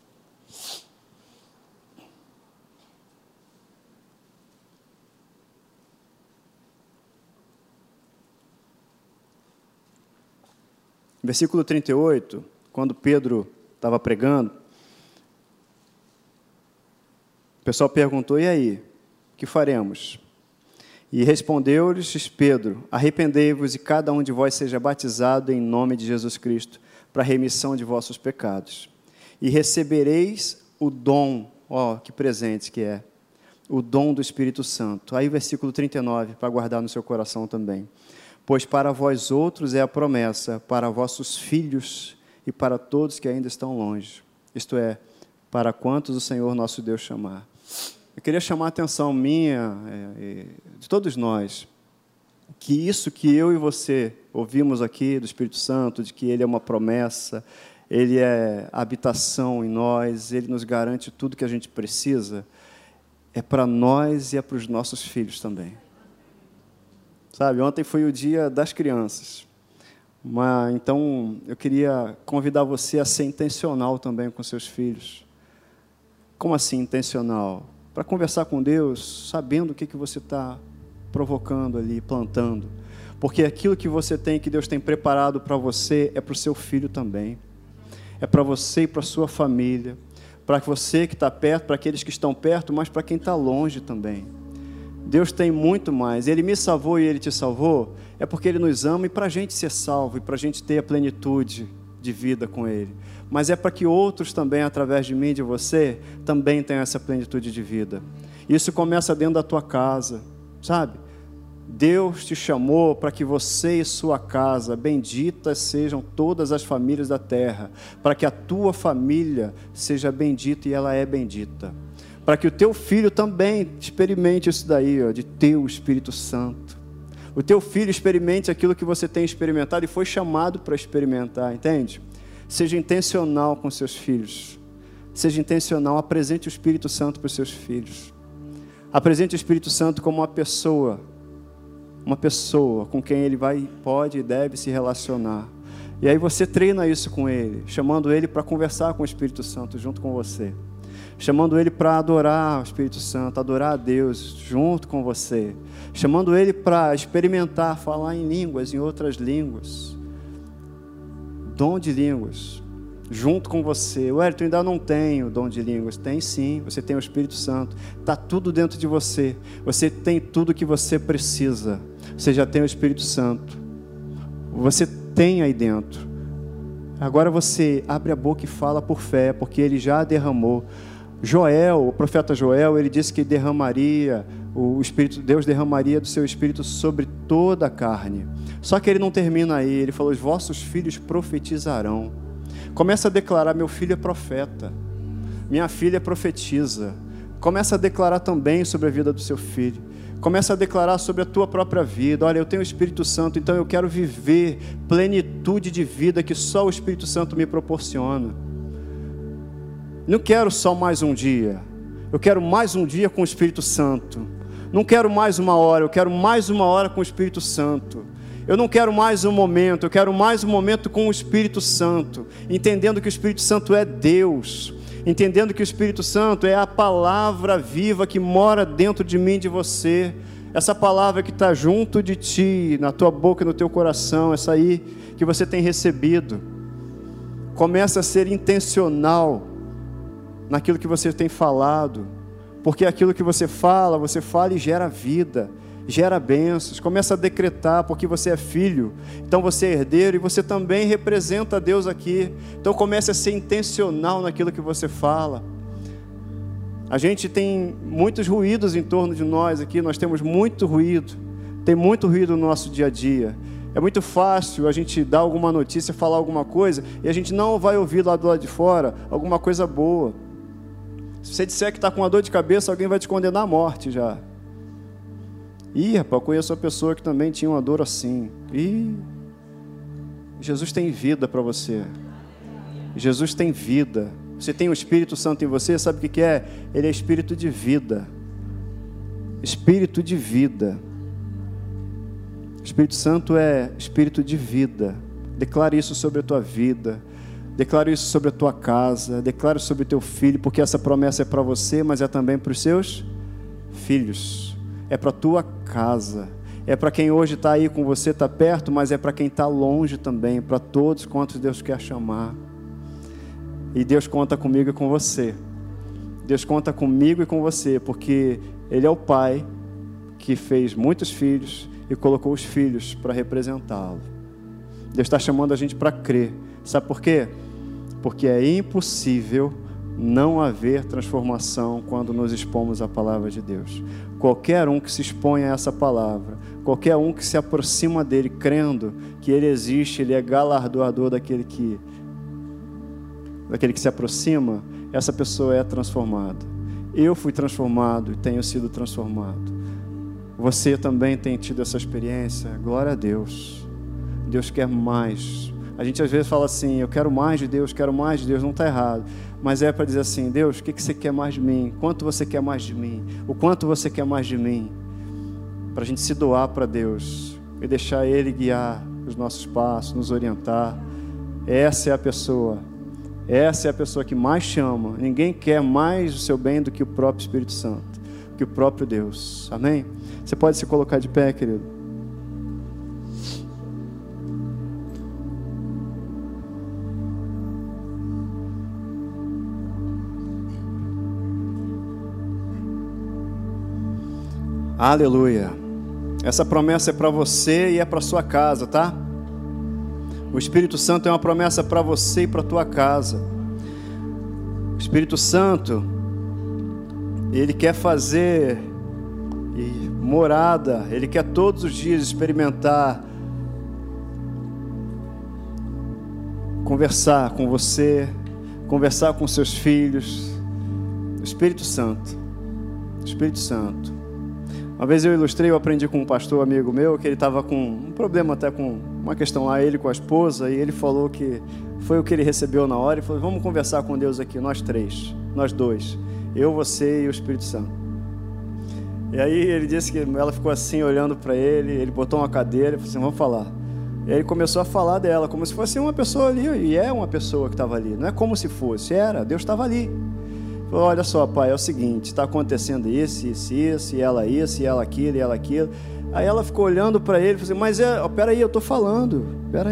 Versículo 38, quando Pedro estava pregando, o pessoal perguntou, e aí, o que faremos? E respondeu-lhes Pedro, arrependei-vos e cada um de vós seja batizado em nome de Jesus Cristo, para a remissão de vossos pecados. E recebereis o dom, que presente que é, o dom do Espírito Santo. Aí versículo 39, para guardar no seu coração também. Pois para vós outros é a promessa, para vossos filhos e para todos que ainda estão longe. Isto é, para quantos o Senhor nosso Deus chamar. Eu queria chamar a atenção minha, de todos nós, que isso que eu e você ouvimos aqui do Espírito Santo, de que Ele é uma promessa, Ele é habitação em nós, Ele nos garante tudo que a gente precisa, é para nós e é para os nossos filhos também. Sabe, ontem foi o dia das crianças, então eu queria convidar você a ser intencional também com seus filhos. Como assim intencional? Para conversar com Deus, sabendo o que você está provocando ali, plantando. Porque aquilo que você tem, que Deus tem preparado para você, é para o seu filho também. É para você e para a sua família. Para você que está perto, para aqueles que estão perto, mas para quem está longe também. Deus tem muito mais. Ele me salvou e Ele te salvou, é porque Ele nos ama e para a gente ser salvo e para a gente ter a plenitude de vida com Ele. Mas é para que outros também, através de mim e de você, também tenham essa plenitude de vida. Isso começa dentro da tua casa, sabe? Deus te chamou para que você e sua casa, benditas sejam todas as famílias da terra, para que a tua família seja bendita e ela é bendita. Para que o teu filho também experimente isso daí, de ter o Espírito Santo. O teu filho experimente aquilo que você tem experimentado e foi chamado para experimentar, entende? Seja intencional com seus filhos. Seja intencional, apresente o Espírito Santo para os seus filhos. Apresente o Espírito Santo como uma pessoa com quem ele pode e deve se relacionar. E aí você treina isso com ele, chamando ele para conversar com o Espírito Santo junto com você. Chamando ele para adorar o Espírito Santo, adorar a Deus junto com você. Chamando ele para experimentar, falar em línguas, em outras línguas. Dom de línguas, junto com você. Wellington, ainda não tenho dom de línguas. Tem sim, você tem o Espírito Santo. Está tudo dentro de você. Você tem tudo que você precisa. Você já tem o Espírito Santo. Você tem aí dentro. Agora você abre a boca e fala por fé, porque Ele já derramou. O profeta Joel, ele disse que Deus derramaria do seu Espírito sobre toda a carne. Só que ele não termina aí, ele falou, os vossos filhos profetizarão. Começa a declarar, meu filho é profeta, minha filha profetiza. Começa a declarar também sobre a vida do seu filho. Começa a declarar sobre a tua própria vida. Olha, eu tenho o Espírito Santo, então eu quero viver plenitude de vida que só o Espírito Santo me proporciona. Não quero só mais um dia. Eu quero mais um dia com o Espírito Santo. Não quero mais uma hora, eu quero mais uma hora com o Espírito Santo. Eu não quero mais um momento, eu quero mais um momento com o Espírito Santo. Entendendo que o Espírito Santo é Deus. Entendendo que o Espírito Santo é a palavra viva que mora dentro de mim e de você. Essa palavra que está junto de ti, na tua boca e no teu coração, essa aí que você tem recebido. Começa a ser intencional naquilo que você tem falado, porque aquilo que você fala e gera vida, gera bênçãos. Começa a decretar, porque você é filho, então você é herdeiro e você também representa a Deus aqui. Então comece a ser intencional naquilo que você fala. A gente tem muitos ruídos em torno de nós aqui, nós temos muito ruído, tem muito ruído no nosso dia a dia. É muito fácil a gente dar alguma notícia, falar alguma coisa, e a gente não vai ouvir lá do lado de fora alguma coisa boa. Se você disser que está com uma dor de cabeça, alguém vai te condenar à morte já. Ih, rapaz, eu conheço uma pessoa que também tinha uma dor assim. Ih, Jesus tem vida para você. Jesus tem vida. Você tem o Espírito Santo em você, sabe o que é? Ele é espírito de vida. Espírito de vida. Espírito Santo é espírito de vida. Declare isso sobre a tua vida. Declare isso sobre a tua casa. Declare sobre o teu filho, porque essa promessa é para você, mas é também para os seus filhos. É para a tua casa. É para quem hoje está aí com você, está perto, mas é para quem está longe também. Para todos quantos Deus quer chamar. E Deus conta comigo e com você. Deus conta comigo e com você, porque Ele é o Pai que fez muitos filhos e colocou os filhos para representá-lo. Deus está chamando a gente para crer. Sabe por quê? Porque é impossível não haver transformação quando nos expomos à palavra de Deus. Qualquer um que se expõe a essa palavra, qualquer um que se aproxima dele crendo que Ele existe, Ele é galardoador daquele que se aproxima, essa pessoa é transformada. Eu fui transformado e tenho sido transformado. Você também tem tido essa experiência? Glória a Deus. Deus quer mais. A gente às vezes fala assim, eu quero mais de Deus, quero mais de Deus, não está errado. Mas é para dizer assim, Deus, o que você quer mais de mim? Quanto você quer mais de mim? O quanto você quer mais de mim? Para a gente se doar para Deus e deixar Ele guiar os nossos passos, nos orientar. Essa é a pessoa que mais chama. Ninguém quer mais o seu bem do que o próprio Espírito Santo, que o próprio Deus. Amém? Você pode se colocar de pé, querido? Aleluia. Essa promessa é para você e é para sua casa, tá? O Espírito Santo é uma promessa para você e para a tua casa. O Espírito Santo, Ele quer fazer morada, Ele quer todos os dias experimentar, conversar com você, conversar com seus filhos. O Espírito Santo. Uma vez eu aprendi com um pastor amigo meu, que ele estava com um problema até com uma questão lá, ele com a esposa, e ele falou que foi o que ele recebeu na hora, e falou, vamos conversar com Deus aqui, nós três, nós dois, eu, você e o Espírito Santo. E aí ele disse que ela ficou assim, olhando para ele botou uma cadeira, e falou assim, vamos falar. E aí ele começou a falar dela, como se fosse uma pessoa ali, e é uma pessoa que estava ali, não é como se fosse, Deus estava ali. Falou, olha só, pai, é o seguinte, está acontecendo isso, e ela aquilo. Aí ela ficou olhando para ele e falou assim, mas peraí, eu estou falando.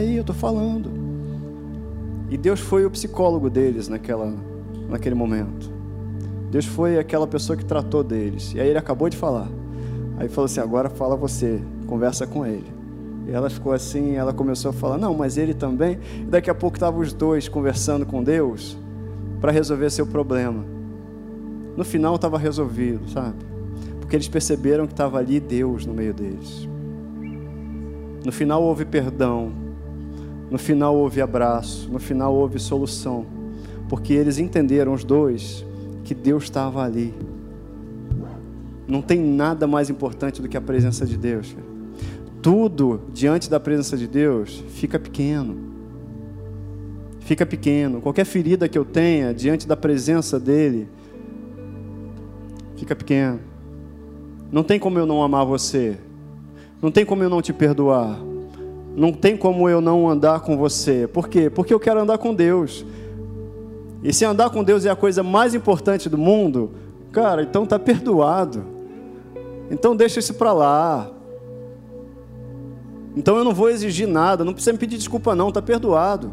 E Deus foi o psicólogo deles naquele momento. Deus foi aquela pessoa que tratou deles. E aí ele acabou de falar. Aí falou assim, agora fala você, conversa com ele. E ela ficou assim, ela começou a falar, não, mas ele também. E daqui a pouco estavam os dois conversando com Deus para resolver seu problema. No final estava resolvido, sabe? Porque eles perceberam que estava ali Deus no meio deles. No final houve perdão. No final houve abraço. No final houve solução. Porque eles entenderam, os dois, que Deus estava ali. Não tem nada mais importante do que a presença de Deus. Tudo diante da presença de Deus fica pequeno. Fica pequeno. Qualquer ferida que eu tenha diante da presença dEle, fica pequeno. Não tem como eu não amar você. Não tem como eu não te perdoar. Não tem como eu não andar com você. Por quê? Porque eu quero andar com Deus. E se andar com Deus é a coisa mais importante do mundo, cara, então está perdoado. Então deixa isso para lá. Então eu não vou exigir nada. Não precisa me pedir desculpa não, está perdoado.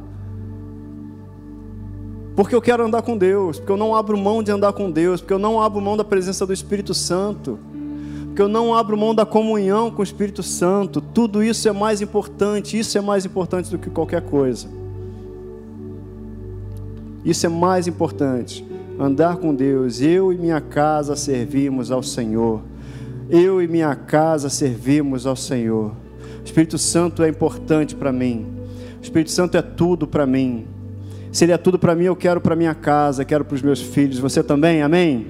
Porque eu quero andar com Deus, porque eu não abro mão de andar com Deus, porque eu não abro mão da presença do Espírito Santo, porque eu não abro mão da comunhão com o Espírito Santo. Tudo isso é mais importante, isso é mais importante do que qualquer coisa. Isso é mais importante, andar com Deus. Eu e minha casa servimos ao Senhor. Eu e minha casa servimos ao Senhor. O Espírito Santo é importante para mim. O Espírito Santo é tudo para mim. Se Ele é tudo para mim, eu quero para minha casa, quero para os meus filhos. Você também? Amém?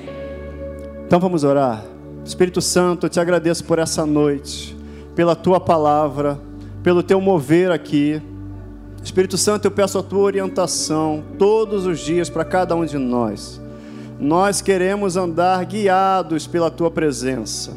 Então vamos orar. Espírito Santo, eu te agradeço por essa noite, pela tua palavra, pelo teu mover aqui. Espírito Santo, eu peço a tua orientação todos os dias para cada um de nós. Nós queremos andar guiados pela tua presença,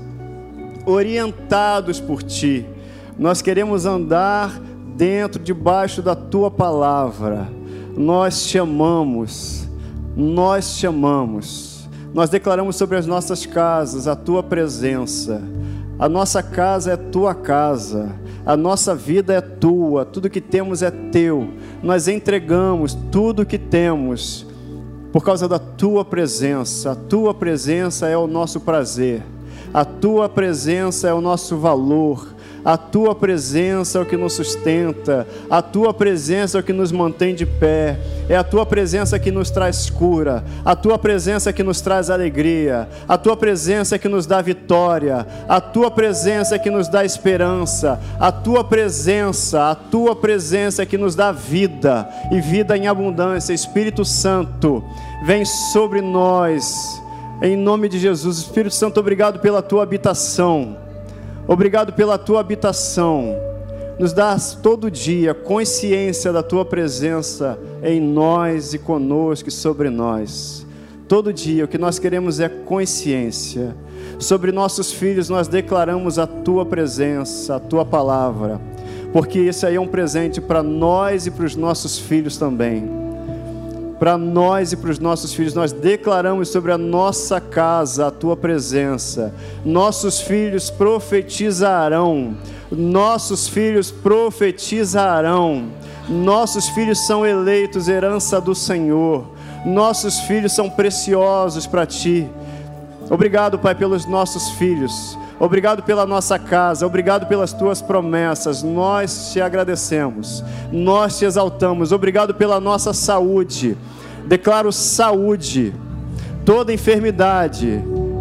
orientados por ti. Nós queremos andar debaixo da tua palavra. Nós te amamos, nós te amamos. Nós declaramos sobre as nossas casas a tua presença. A nossa casa é tua casa, a nossa vida é tua, tudo que temos é teu. Nós entregamos tudo que temos por causa da tua presença. A tua presença é o nosso prazer, a tua presença é o nosso valor, a tua presença é o que nos sustenta, a tua presença é o que nos mantém de pé, é a tua presença que nos traz cura, a tua presença que nos traz alegria, a tua presença que nos dá vitória, a tua presença que nos dá esperança, a tua presença que nos dá vida e vida em abundância. Espírito Santo, vem sobre nós, em nome de Jesus. Espírito Santo, obrigado pela tua habitação. Obrigado pela tua habitação. Nos dás todo dia consciência da tua presença em nós e conosco e sobre nós. Todo dia o que nós queremos é consciência. Sobre nossos filhos nós declaramos a tua presença, a tua palavra, porque isso aí é um presente para nós e para os nossos filhos também. Para nós e para os nossos filhos, nós declaramos sobre a nossa casa a tua presença. Nossos filhos profetizarão. Nossos filhos profetizarão. Nossos filhos são eleitos, herança do Senhor. Nossos filhos são preciosos para ti. Obrigado, Pai, pelos nossos filhos. Obrigado pela nossa casa, obrigado pelas tuas promessas. Nós te agradecemos, nós te exaltamos. Obrigado pela nossa saúde. Declaro saúde. Toda enfermidade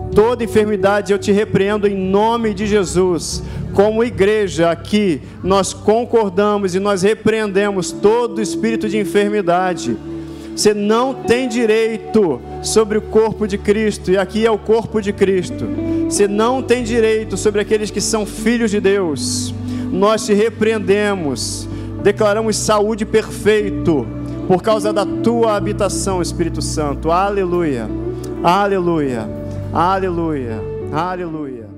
eu te repreendo em nome de Jesus. Como igreja aqui, nós concordamos e nós repreendemos todo espírito de enfermidade. Você não tem direito sobre o corpo de Cristo, e aqui é o corpo de Cristo. Você não tem direito sobre aqueles que são filhos de Deus. Nós te repreendemos, declaramos saúde perfeito, por causa da tua habitação, Espírito Santo. Aleluia, aleluia, aleluia, aleluia.